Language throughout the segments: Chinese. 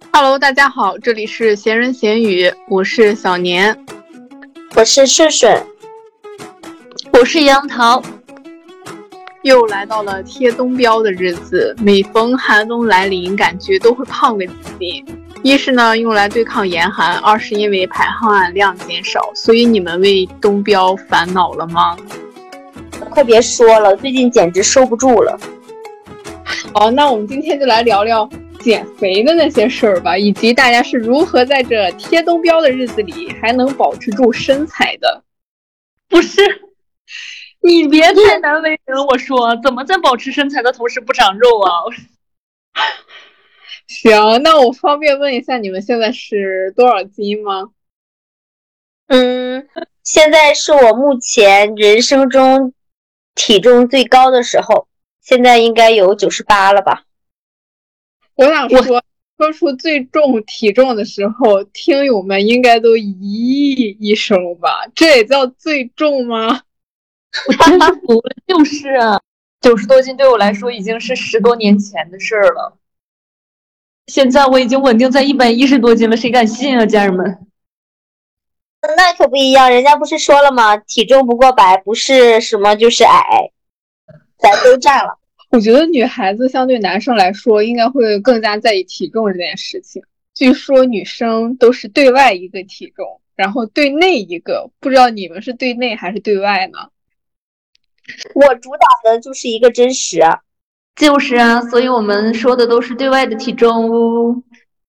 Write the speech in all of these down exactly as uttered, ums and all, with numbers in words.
Hello，大家好，这里是闲人闲语，我是小年， 我是顺顺， 我是杨桃。 又来到了贴冬膘的日子，每逢寒冬来临，感觉都会胖个几斤。一是呢用来对抗严寒，二是因为排汗量减少。所以你们为冬膘烦恼了吗？ 快别说了，最近简直收不住了。 好，那我们今天就来聊聊减肥的那些事儿吧，以及大家是如何在这贴冬膘的日子里还能保持住身材的。 不是，你别太难为人，我说怎么在保持身材的同时不长肉啊？ 行，那我方便问一下你们现在是多少斤吗？ 嗯，现在是我目前人生中体重最高的时候，现在应该有九十八了吧。 我想说说出最重体重的时候，听友们应该都咦一声吧，这也叫最重吗？ 我真是服了，就是啊，九十多斤对我来说已经是十多年前的事儿了。现在我已经稳定在一百一十多斤了，谁敢信啊，家人们？ 那可不一样，人家不是说了吗？体重不过百，不是什么就是矮，咱都占了。 我觉得女孩子相对男生来说，应该会更加在意体重这件事情。据说女生都是对外一个体重，然后对内一个，不知道你们是对内还是对外呢？ 我主打的就是一个真实。 就是啊，所以我们说的都是对外的体重哦。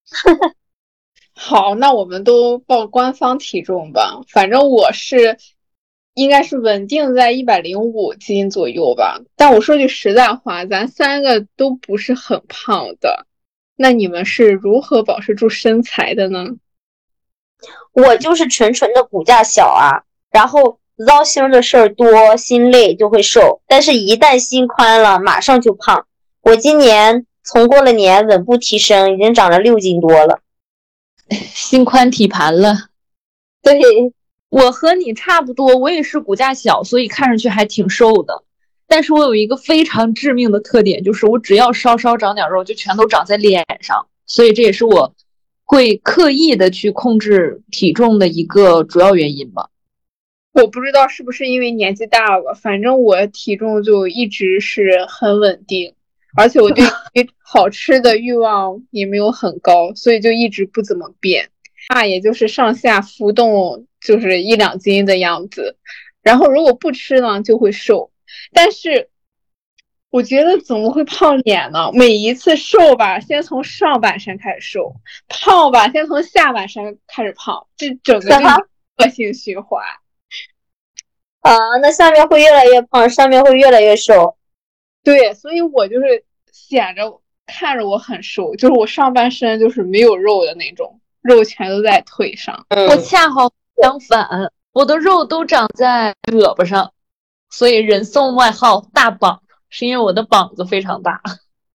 好，那我们都报官方体重吧。反正我是应该是稳定在一百零五斤左右吧。但我说句实在话，咱三个都不是很胖的。那你们是如何保持住身材的呢？ 我就是纯纯的骨架小啊，然后糟心的事儿多，心累就会瘦，但是一旦心宽了，马上就胖。我今年从过了年稳步提升，已经长了六斤多了。 心宽体盘了。 对， 我和你差不多，我也是骨架小，所以看上去还挺瘦的。但是我有一个非常致命的特点，就是我只要稍稍长点肉，就全都长在脸上，所以这也是我会刻意的去控制体重的一个主要原因吧。 我不知道是不是因为年纪大了，反正我体重就一直是很稳定，而且我对好吃的欲望也没有很高，所以就一直不怎么变，那也就是上下浮动就是一两斤的样子。然后如果不吃呢，就会瘦。但是我觉得怎么会胖脸呢？每一次瘦吧，先从上半身开始瘦，胖吧，先从下半身开始胖，这整个就是恶性循环。 啊，那下面会越来越胖，上面会越来越瘦。 对，所以我就是显着看着我很瘦，就是我上半身就是没有肉的那种，肉全都在腿上。 嗯、 我恰好相反，我的肉都长在胳膊上，所以人送外号大膀，是因为我的膀子非常大。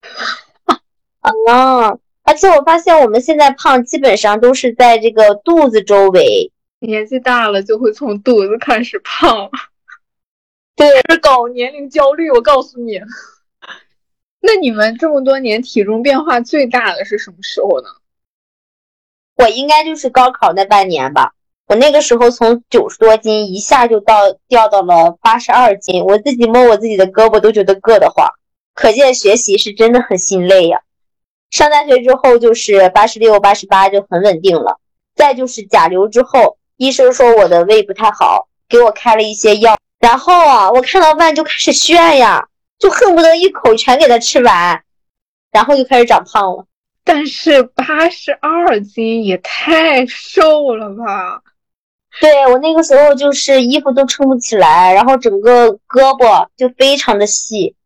啊，而且我发现我们现在胖基本上都是在这个肚子周围。 年纪大了就会从肚子开始胖。 对，是搞年龄焦虑，我告诉你。 那你们这么多年体重变化最大的是什么时候呢？ 我应该就是高考那半年吧，我那个时候从九十多斤一下就到掉到了八十二斤，我自己摸我自己的胳膊都觉得硌得慌，可见学习是真的很心累呀。上大学之后就是八十六、八十八就很稳定了，再就是甲流之后，医生说我的胃不太好，给我开了一些药，然后啊，我看到饭就开始炫呀，就恨不得一口全给它吃完，然后就开始长胖了。 但是八十二斤也太瘦了吧？ 对，我那个时候就是衣服都撑不起来，然后整个胳膊就非常的细。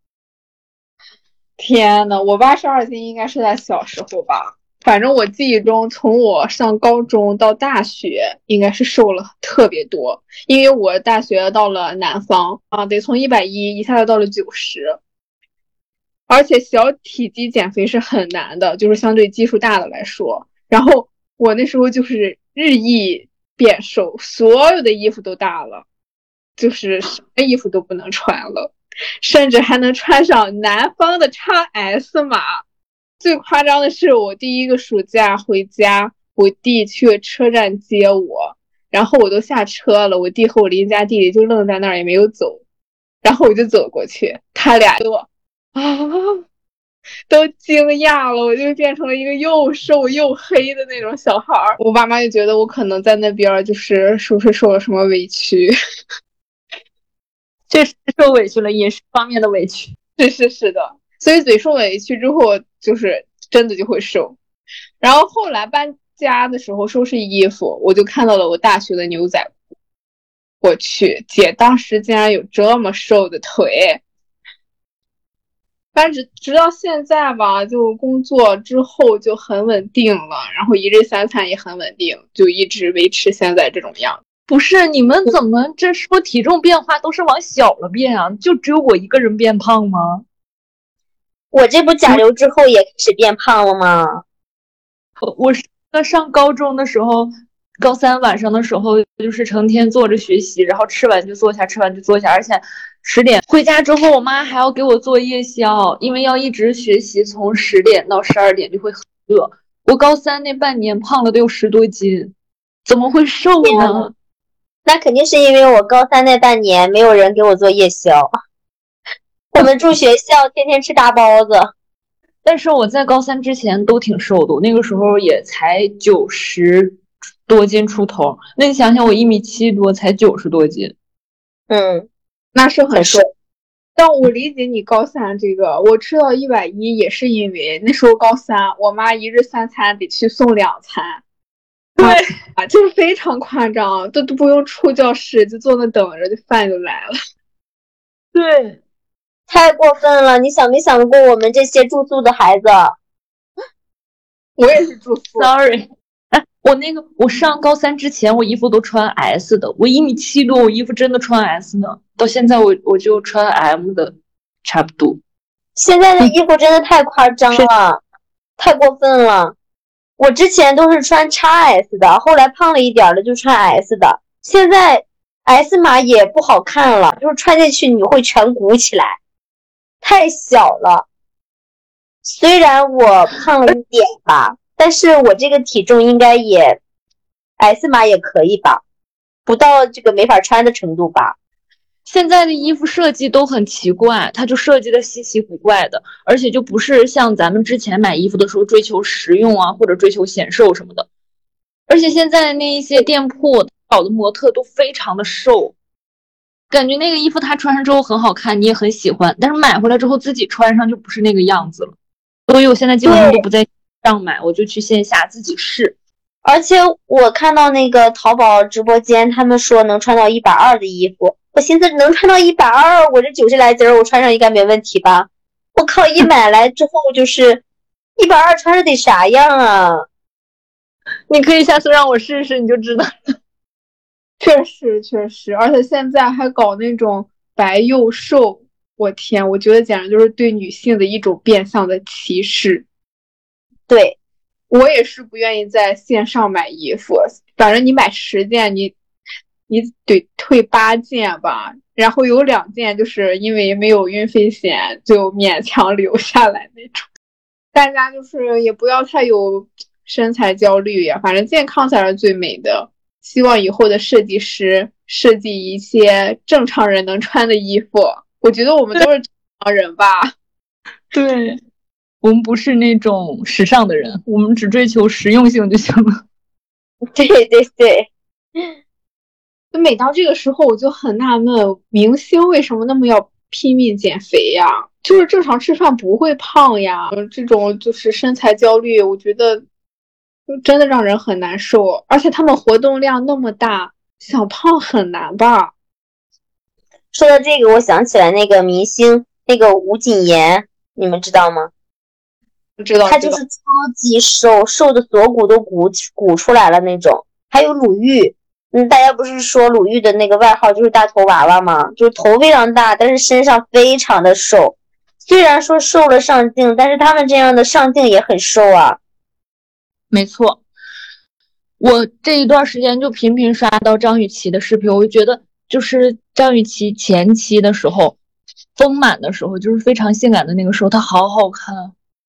天呐，我八十二斤应该是在小时候吧，反正我记忆中从我上高中到大学应该是瘦了特别多，因为我大学到了南方啊，得从一百一一下子到了九十。而且小体积减肥是很难的，就是相对基数大的来说。然后我那时候就是日益变瘦，所有的衣服都大了，就是什么衣服都不能穿了，甚至还能穿上南方的 X S 码。 最夸张的是，我第一个暑假回家，我弟去车站接我，然后我都下车了，我弟和我邻家弟弟就愣在那儿也没有走，然后我就走过去，他俩都啊都惊讶了，我就变成了一个又瘦又黑的那种小孩儿。我爸妈就觉得我可能在那边就是是不是受了什么委屈。 确实受委屈了，饮食方面的委屈。 是是是的，所以嘴受委屈之后，就是真的就会瘦。然后后来搬家的时候收拾衣服，我就看到了我大学的牛仔裤。我去，姐当时竟然有这么瘦的腿。反正直直到现在吧，就工作之后就很稳定了，然后一日三餐也很稳定，就一直维持现在这种样子。 不是你们怎么这说体重变化都是往小了变啊？就只有我一个人变胖吗？ 我这不甲流之后也开始变胖了吗？ 我我是上高中的时候，高三晚上的时候，就是成天坐着学习，然后吃完就坐下，吃完就坐下，而且十点回家之后，我妈还要给我做夜宵，因为要一直学习，从十点到十二点就会很饿。我高三那半年胖了得有十多斤，怎么会瘦呢？ 那肯定是因为我高三那半年没有人给我做夜宵，我们住学校，天天吃大包子。 但是我在高三之前都挺瘦的，我那个时候也才九十多斤出头。那你想想，我一米七多，才九十多斤， 嗯， 那是很瘦。但我理解你高三这个，我吃到一百一也是因为那时候高三，我妈一日三餐得去送两餐。 对啊，就是非常夸张，都都不用出教室，就坐那等着，就饭就来了。 对， 太过分了！你想没想过我们这些住宿的孩子？ 我也是住宿。 Sorry， 哎，我那个我上高三之前，我衣服都穿 S 的，我一米七多，我衣服真的穿 S 呢。到现在我我就穿 M 的，差不多。 现在的衣服真的太夸张了，太过分了。我之前都是穿 X S 的，后来胖了一点的就穿 S 的，现在 S 码也不好看了，就是穿进去你会全鼓起来，太小了。虽然我胖了一点吧，但是我这个体重应该也 S 码也可以吧，不到这个没法穿的程度吧。 现在的衣服设计都很奇怪，它就设计的稀奇古怪的，而且就不是像咱们之前买衣服的时候追求实用啊，或者追求显瘦什么的。而且现在那一些店铺找的模特都非常的瘦，感觉那个衣服它穿上之后很好看，你也很喜欢，但是买回来之后自己穿上就不是那个样子了。所以我现在基本上都不在上买，我就去线下自己试。 而且我看到那个淘宝直播间，他们说能穿到一百二的衣服，我寻思能穿到一百二，我这九十来斤我穿上应该没问题吧？我靠，一买来之后就是一百二穿着得啥样啊？ 你可以下次让我试试，你就知道了。 确实确实，而且现在还搞那种白又瘦，我天，我觉得简直就是对女性的一种变相的歧视。 对。 我也是不愿意在线上买衣服，反正你买十件，你你得退八件吧，然后有两件就是因为没有运费险就勉强留下来那种。大家就是也不要太有身材焦虑呀，反正健康才是最美的。希望以后的设计师设计一些正常人能穿的衣服，我觉得我们都是正常人吧。 对。我们不是那种时尚的人，我们只追求实用性就行了。 对对对， 每到这个时候我就很纳闷，明星为什么那么要拼命减肥呀？就是正常吃饭不会胖呀，这种就是身材焦虑，我觉得真的让人很难受。而且他们活动量那么大，想胖很难吧？ 说到这个，我想起来那个明星，那个吴谨言，你们知道吗？ 知道， 他就是超级瘦，瘦的锁骨都鼓鼓出来了那种。还有鲁豫，嗯，大家不是说鲁豫的那个外号就是大头娃娃吗？就是头非常大，但是身上非常的瘦。虽然说瘦了上镜，但是他们这样的上镜也很瘦啊。 没错，我这一段时间就频频刷到张雨绮的视频，我就觉得就是张雨绮前期的时候，丰满的时候，就是非常性感的那个时候，她好好看。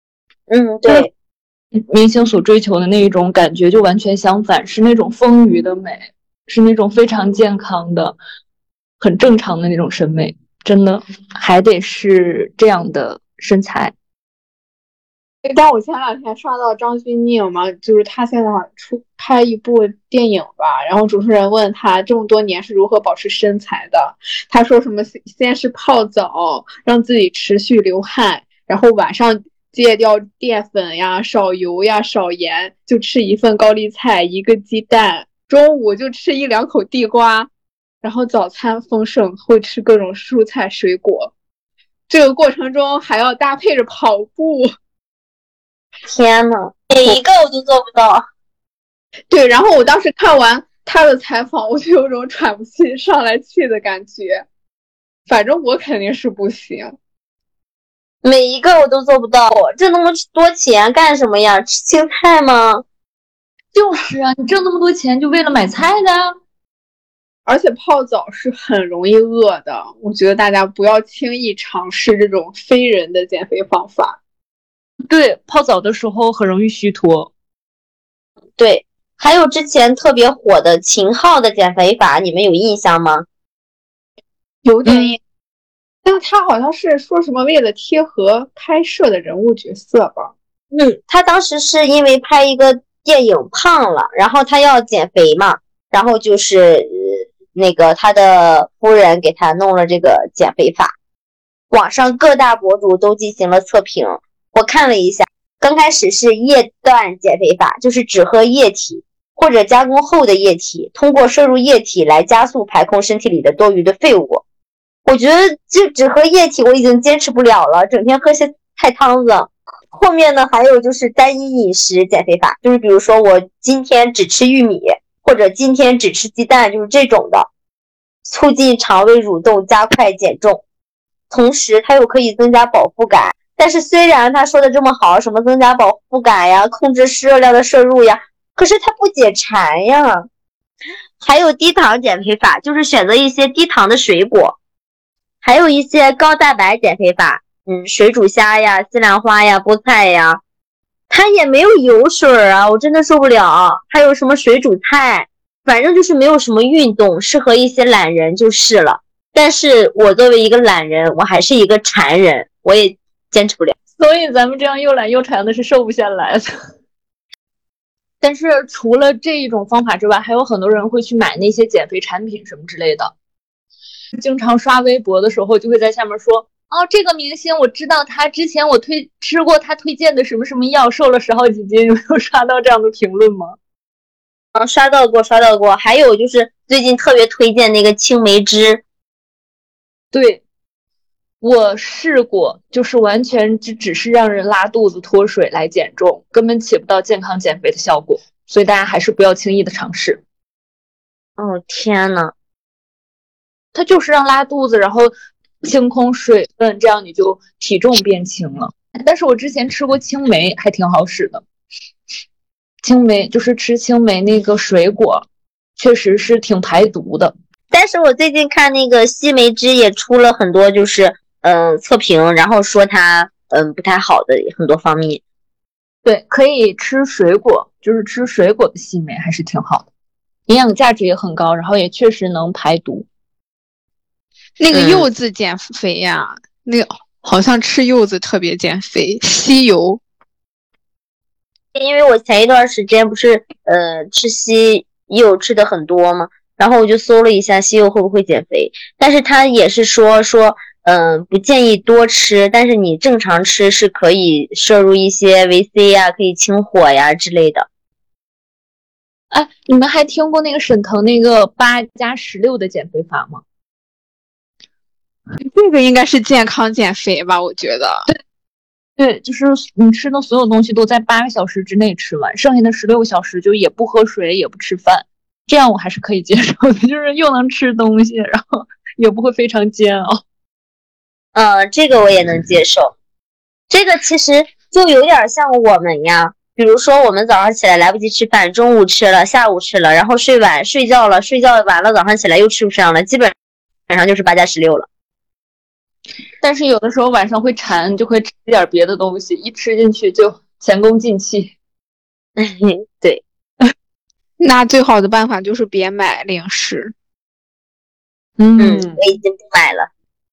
嗯，对， 明星所追求的那一种感觉就完全相反，是那种丰腴的美，是那种非常健康的、很正常的那种审美，真的还得是这样的身材。 但我前两天刷到张钧甯嘛，就是他现在好像出拍一部电影吧，然后主持人问他这么多年是如何保持身材的，他说什么先是泡澡，让自己持续流汗，然后晚上戒掉淀粉呀、少油呀、少盐，就吃一份高丽菜，一个鸡蛋，中午就吃一两口地瓜，然后早餐丰盛，会吃各种蔬菜水果，这个过程中还要搭配着跑步。 天呐，每一个我都做不到。 对，然后我当时看完他的采访，我就有种喘不气上来气的感觉。反正我肯定是不行， 每一个我都做不到。挣那么多钱干什么呀？吃青菜吗？ 就是啊，你挣那么多钱就为了买菜的。 而且泡澡是很容易饿的，我觉得大家不要轻易尝试这种非人的减肥方法。 对，泡澡的时候很容易虚脱。 对，还有之前特别火的秦昊的减肥法，你们有印象吗？ 有点印，但他好像是说什么为了贴合拍摄的人物角色吧。 嗯，他当时是因为拍一个电影胖了，然后他要减肥嘛，然后就是、呃、那个他的夫人给他弄了这个减肥法，网上各大博主都进行了测评。我看了一下，刚开始是液氮减肥法，就是只喝液体或者加工后的液体，通过摄入液体来加速排空身体里的多余的废物。我觉得就只喝液体我已经坚持不了了，整天喝些菜汤子。后面呢，还有就是单一饮食减肥法，就是比如说我今天只吃玉米，或者今天只吃鸡蛋，就是这种的，促进肠胃蠕动，加快减重。同时它又可以增加饱腹感，但是虽然他说的这么好，什么增加饱腹感呀，控制热量的摄入呀，可是它不解馋呀。还有低糖减肥法，就是选择一些低糖的水果，还有一些高蛋白减肥法，嗯，水煮虾呀、西兰花呀、菠菜呀，它也没有油水啊，我真的受不了。还有什么水煮菜，反正就是没有什么运动，适合一些懒人就是了。但是我作为一个懒人，我还是一个馋人，我也坚持不了。 所以咱们这样又懒又馋的是瘦不下来的。但是除了这一种方法之外，还有很多人会去买那些减肥产品什么之类的。经常刷微博的时候就会在下面说，哦，这个明星我知道他之前我推吃过他推荐的什么什么药，瘦了十好几斤。有没有刷到这样的评论吗？ 嗯，刷到过刷到过。还有就是最近特别推荐那个青梅汁。 对，我试过，就是完全只只是让人拉肚子脱水来减重，根本起不到健康减肥的效果，所以大家还是不要轻易的尝试。 哦天哪， 它就是让拉肚子，然后清空水分，这样你就体重变轻了。但是我之前吃过青梅，还挺好使的。青梅就是吃青梅那个水果，确实是挺排毒的。 但是我最近看那个西梅汁也出了很多就是嗯、呃、测评，然后说它嗯、呃、不太好的很多方面。 对，可以吃水果，就是吃水果的西梅还是挺好的，营养价值也很高，然后也确实能排毒。 那个柚子减肥呀、嗯、那个好像吃柚子特别减肥，西柚。 因为我前一段时间不是呃吃西柚吃的很多吗？然后我就搜了一下西柚会不会减肥，但是它也是说说嗯、呃、不建议多吃，但是你正常吃是可以摄入一些维 C 呀，可以清火呀之类的。 哎，你们还听过那个沈腾那个八加十六的减肥法吗？ 这个应该是健康减肥吧，我觉得。 对，对，就是你吃的所有东西都在八个小时之内吃完，剩下的十六个小时就也不喝水，也不吃饭，这样我还是可以接受的，就是又能吃东西，然后也不会非常煎熬。 呃，这个我也能接受。这个其实就有点像我们呀，比如说我们早上起来来不及吃饭，中午吃了，下午吃了，然后睡晚睡觉了，睡觉完了，早上起来又吃不上了，基本上就是八加十六了。 但是有的时候晚上会馋，就会吃点别的东西，一吃进去就前功尽弃。 对， 那最好的办法就是别买零食。 嗯，我已经不买了。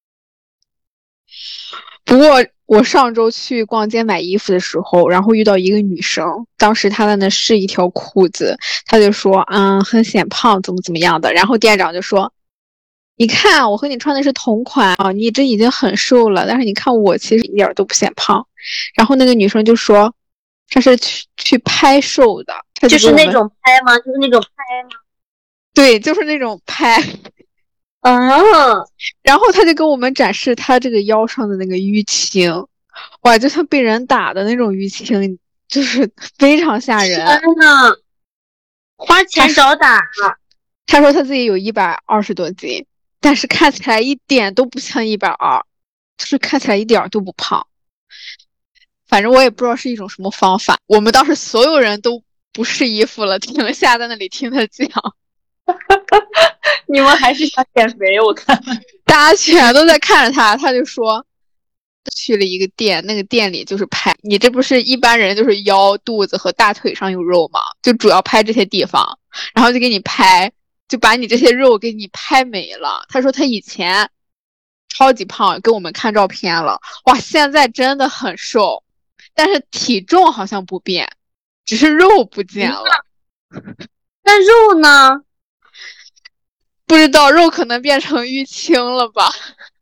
不过我上周去逛街买衣服的时候，然后遇到一个女生，当时她在那试一条裤子，她就说嗯很显胖怎么怎么样的，然后店长就说你看我和你穿的是同款啊，你这已经很瘦了，但是你看我其实一点都不显胖。然后那个女生就说她是去去拍瘦的，就, 就是那种拍吗？就是那种拍吗？ 对，就是那种拍。 嗯， 然后他就给我们展示他这个腰上的那个淤青，哇，就像被人打的那种淤青，就是非常吓人。 天呐，花钱找打。 他说他自己有一百二十多斤，但是看起来一点都不像一百二，就是看起来一点都不胖。反正我也不知道是一种什么方法。我们当时所有人都不试衣服了，停下在那里听他讲。 你们还是想减肥？我看大家全都在看着他，他就说去了一个店，那个店里就是拍你这不是一般人就是腰肚子和大腿上有肉吗？就主要拍这些地方，然后就给你拍，就把你这些肉给你拍没了。他说他以前超级胖，给我们看照片了，哇，现在真的很瘦，但是体重好像不变，只是肉不见了。 那肉呢？ 不知道，肉可能变成淤青了吧。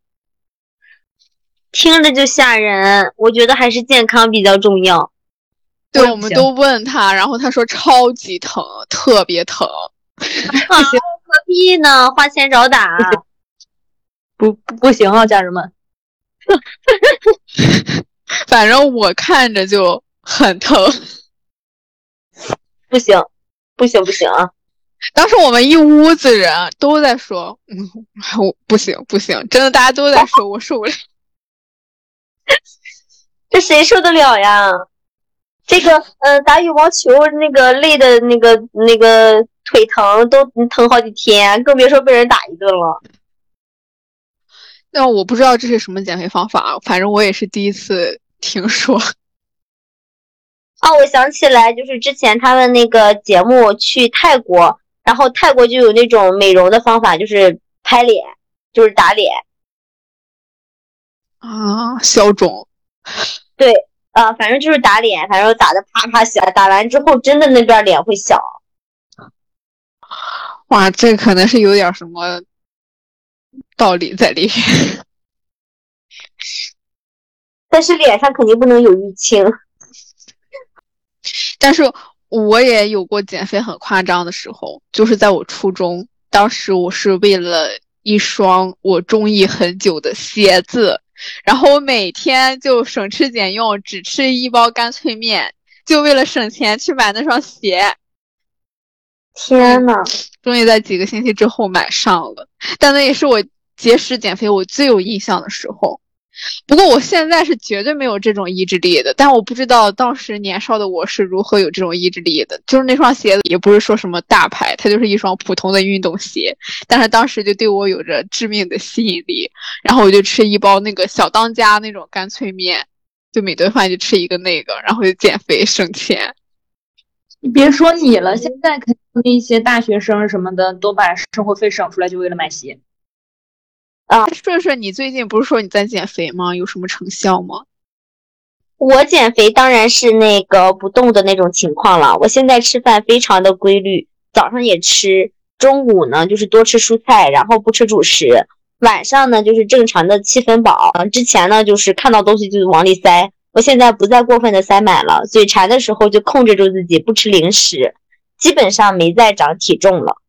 听着就吓人，我觉得还是健康比较重要。 对，我们都问他，然后他说超级疼，特别疼。 啊，何必呢？花钱找打。 不不不行啊，家人们。 反正我看着就很疼。 不行，不行，不行啊！ 当时我们一屋子人都在说，嗯，我不行不行，真的大家都在说我受不了。 这谁受得了呀？这个呃，打羽毛球那个累的那个那个腿疼都疼好几天，更别说被人打一顿了。 那我不知道这是什么减肥方法，反正我也是第一次听说。 哦，我想起来，就是之前他们那个节目去泰国，然后泰国就有那种美容的方法，就是拍脸，就是打脸啊，消肿。 对，呃，反正就是打脸，反正打的啪啪响，打完之后真的那边脸会小。 哇，这可能是有点什么道理在里面。 但是脸上肯定不能有淤青。 但是我也有过减肥很夸张的时候，就是在我初中，当时我是为了一双我中意很久的鞋子，然后我每天就省吃俭用，只吃一包干脆面，就为了省钱去买那双鞋。 天呐， 终于在几个星期之后买上了，但那也是我节食减肥我最有印象的时候。不过我现在是绝对没有这种意志力的，但我不知道当时年少的我是如何有这种意志力的。就是那双鞋子也不是说什么大牌，它就是一双普通的运动鞋，但是当时就对我有着致命的吸引力。然后我就吃一包那个小当家那种干脆面，就每顿饭就吃一个那个，然后就减肥省钱。 你别说你了，现在肯定那些大学生什么的都把生活费省出来，就为了买鞋。 啊， 顺顺，你最近不是说你在减肥吗？有什么成效吗？ 我减肥当然是那个不动的那种情况了。我现在吃饭非常的规律，早上也吃，中午呢就是多吃蔬菜，然后不吃主食，晚上呢就是正常的七分饱。之前呢就是看到东西就往里塞，我现在不再过分的塞满了，嘴馋的时候就控制住自己不吃零食，基本上没再长体重了。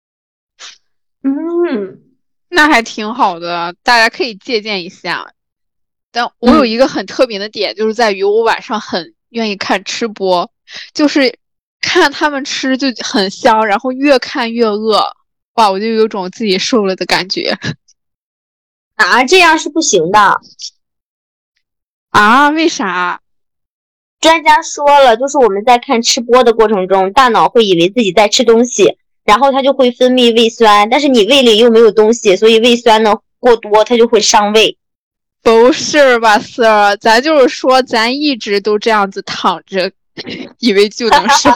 嗯。那还挺好的，大家可以借鉴一下。但我有一个很特别的点，嗯、就是在于我晚上很愿意看吃播，就是看他们吃就很香，然后越看越饿，哇，我就有种自己瘦了的感觉。 啊，这样是不行的。 啊？为啥？ 专家说了，就是我们在看吃播的过程中，大脑会以为自己在吃东西。然后它就会分泌胃酸，但是你胃里又没有东西，所以胃酸呢过多，它就会伤胃。 不是吧，Sir？咱就是说，咱一直都这样子躺着，以为就能瘦。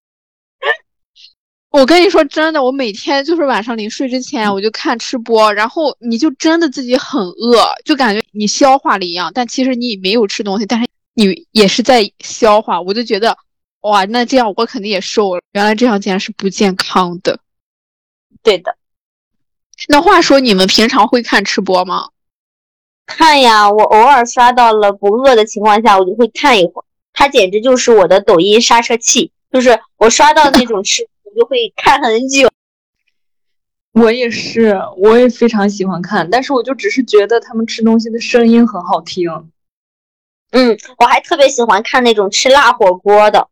我跟你说真的，我每天就是晚上临睡之前，我就看吃播，然后你就真的自己很饿，就感觉你消化了一样，但其实你没有吃东西，但是你也是在消化。我就觉得，哇，那这样我肯定也瘦了。原来这样竟然是不健康的。 对的。 那话说，你们平常会看吃播吗？ 看呀，我偶尔刷到了不饿的情况下，我就会看一会儿。它简直就是我的抖音刹车器，就是我刷到那种吃。我就会看很久。 我也是，我也非常喜欢看，但是我就只是觉得他们吃东西的声音很好听。 嗯，我还特别喜欢看那种吃辣火锅的。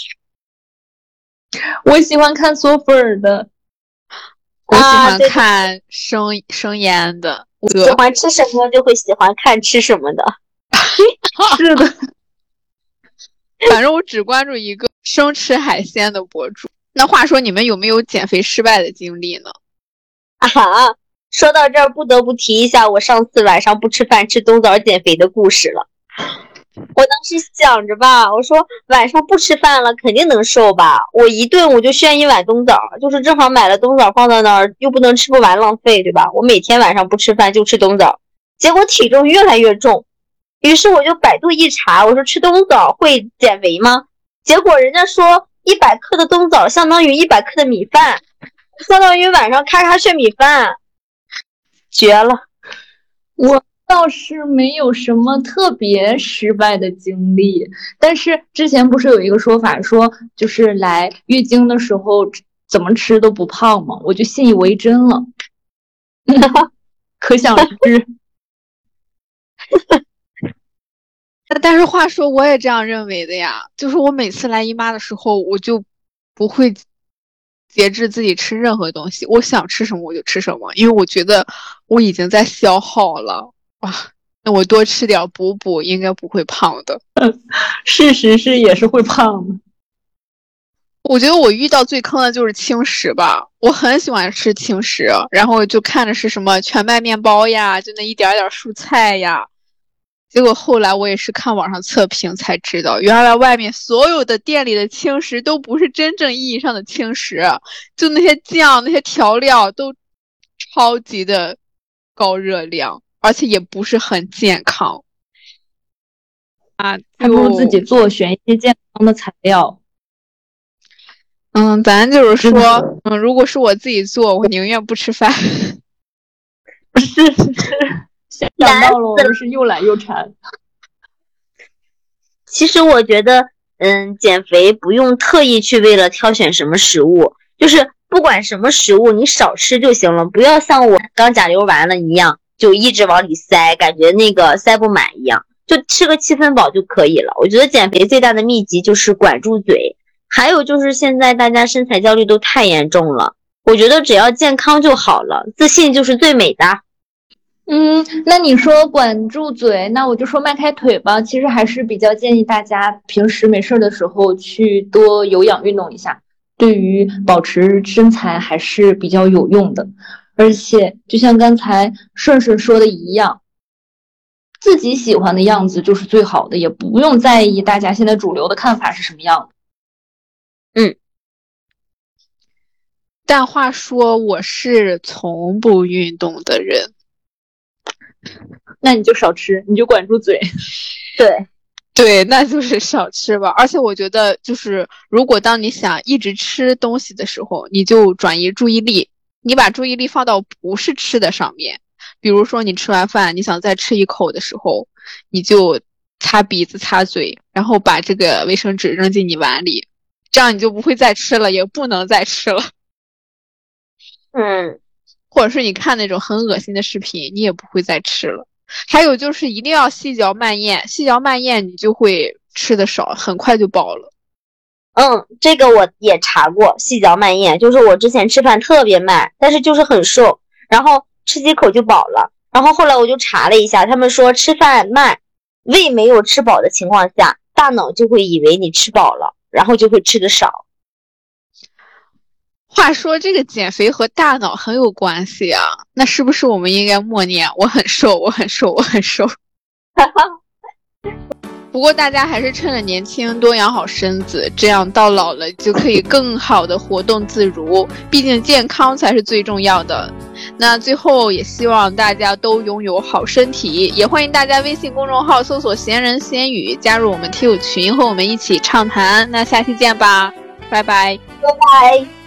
我喜欢看嗦粉儿的。 我喜欢看生、啊、生腌的。 喜欢吃什么就会喜欢看吃什么的。 是的。 反正我只关注一个生吃海鲜的博主。那话说，你们有没有减肥失败的经历呢？ 啊，说到这儿，不得不提一下我上次晚上不吃饭吃冬枣减肥的故事了。我当时想着吧，我说晚上不吃饭了，肯定能瘦吧。我一顿我就炫一碗冬枣，就是正好买了冬枣放在那儿，又不能吃不完浪费，对吧？我每天晚上不吃饭就吃冬枣，结果体重越来越重。于是我就百度一查，我说吃冬枣会减肥吗？结果人家说一百克的冬枣相当于一百克的米饭，相当于晚上咔咔炫米饭，绝了。 我倒是没有什么特别失败的经历，但是之前不是有一个说法说就是来月经的时候怎么吃都不胖吗？我就信以为真了。可想而知。 但是话说，我也这样认为的呀。就是我每次来姨妈的时候，我就不会节制自己吃任何东西，我想吃什么我就吃什么，因为我觉得我已经在消耗了。哇，那我多吃点补补，应该不会胖的。 事实是也是会胖的。 我觉得我遇到最坑的就是轻食吧，我很喜欢吃轻食，然后就看着是什么全麦面包呀，就那一点点蔬菜呀。结果后来我也是看网上测评才知道，原来外面所有的店里的轻食都不是真正意义上的轻食，就那些酱那些调料都超级的高热量，而且也不是很健康啊， 还不如自己做，选一些健康的材料。 嗯，咱就是说，嗯，如果是我自己做，我宁愿不吃饭。 是是是。想到了，我们是又懒又馋。 其实我觉得，嗯，减肥不用特意去为了挑选什么食物，就是不管什么食物，你少吃就行了，不要像我刚甲流完了一样，就一直往里塞，感觉那个塞不满一样，就吃个七分饱就可以了。我觉得减肥最大的秘籍就是管住嘴，还有就是现在大家身材焦虑都太严重了，我觉得只要健康就好了，自信就是最美的。 嗯，那你说管住嘴，那我就说迈开腿吧。其实还是比较建议大家平时没事的时候去多有氧运动一下，对于保持身材还是比较有用的。而且就像刚才顺顺说的一样，自己喜欢的样子就是最好的，也不用在意大家现在主流的看法是什么样的。嗯， 但话说我是从不运动的人。 那你就少吃，你就管住嘴。 对对，那就是少吃吧。而且我觉得就是如果当你想一直吃东西的时候，你就转移注意力，你把注意力放到不是吃的上面。比如说你吃完饭你想再吃一口的时候，你就擦鼻子擦嘴，然后把这个卫生纸扔进你碗里，这样你就不会再吃了，也不能再吃了。 嗯， 或者是你看那种很恶心的视频，你也不会再吃了。还有就是一定要细嚼慢咽，细嚼慢咽你就会吃的少，很快就饱了。 嗯，这个我也查过，细嚼慢咽，就是我之前吃饭特别慢，但是就是很瘦，然后吃几口就饱了。然后后来我就查了一下，他们说吃饭慢，胃没有吃饱的情况下，大脑就会以为你吃饱了，然后就会吃的少。 话说这个减肥和大脑很有关系啊，那是不是我们应该默念我很瘦，我很瘦，我很瘦？不过大家还是趁着年轻多养好身子，这样到老了就可以更好的活动自如，毕竟健康才是最重要的。那最后也希望大家都拥有好身体，也欢迎大家微信公众号搜索闲人闲语，加入我们听友群，和我们一起畅谈。那下期见吧，拜拜， 拜拜。